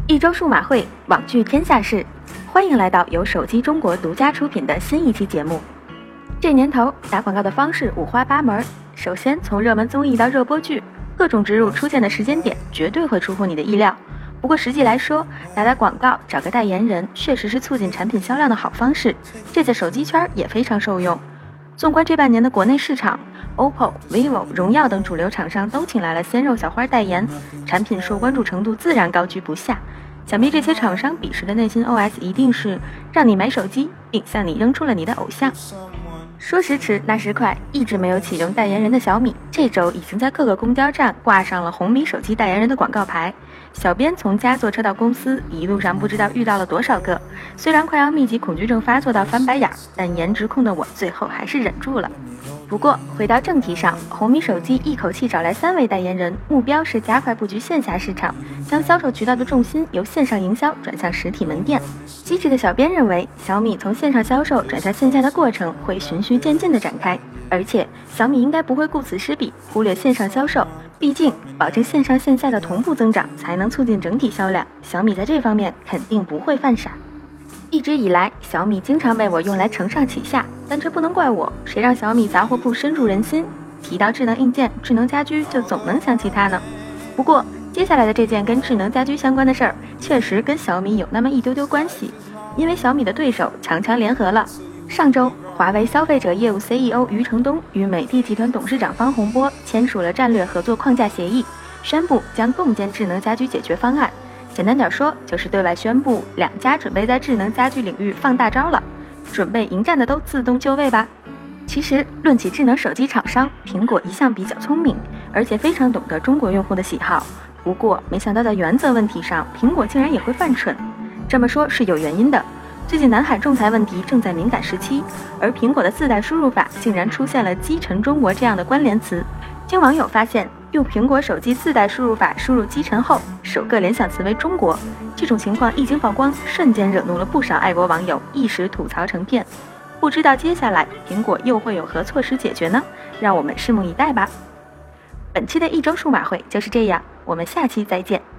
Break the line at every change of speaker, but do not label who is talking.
一周数码会，网聚天下事，欢迎来到由手机中国独家出品的新一期节目。这年头打广告的方式五花八门，首先从热门综艺到热播剧，各种植入出现的时间点绝对会出乎你的意料。不过实际来说，打广告找个代言人确实是促进产品销量的好方式，这在手机圈也非常受用。纵观这半年的国内市场， OPPO、vivo、荣耀等主流厂商都请来了鲜肉小花代言，产品受关注程度自然高居不下。想必这些厂商彼时的内心 OS 一定是让你买手机，并向你扔出了你的偶像。说时迟那时快，一直没有启用代言人的小米，这周已经在各个公交站挂上了红米手机代言人的广告牌。小编从家坐车到公司，一路上不知道遇到了多少个，虽然快要密集恐惧症发作到翻白眼，但颜值控的我最后还是忍住了。不过回到正题上，红米手机一口气找来3位代言人，目标是加快布局线下市场，将销售渠道的重心由线上营销转向实体门店。机智的小编认为，小米从线上销售转向线下的过程会循序渐进的展开，而且小米应该不会顾此失彼，忽略线上销售，毕竟保证线上线下的同步增长才能促进整体销量，小米在这方面肯定不会犯傻。一直以来，小米经常被我用来承上启下，但这不能怪我，谁让小米杂货铺深入人心，提到智能硬件、智能家居就总能想起它呢。不过接下来的这件跟智能家居相关的事儿，确实跟小米有那么一丢丢关系，因为小米的对手强强联合了。上周，华为消费者业务 CEO 余承东与美的集团董事长方洪波签署了战略合作框架协议，宣布将共建智能家居解决方案。简单点说，就是对外宣布2家准备在智能家居领域放大招了，准备迎战的都自动就位吧。其实论起智能手机厂商，苹果一向比较聪明，而且非常懂得中国用户的喜好。不过没想到在原则问题上，苹果竟然也会犯蠢。这么说是有原因的，最近南海仲裁问题正在敏感时期，而苹果的自带输入法竟然出现了击沉中国这样的关联词。经网友发现，用苹果手机自带输入法输入击沉后，首个联想词为中国，这种情况一经曝光，瞬间惹怒了不少爱国网友，一时吐槽成片。不知道接下来苹果又会有何措施解决呢？让我们拭目以待吧。本期的一周数码会就是这样，我们下期再见。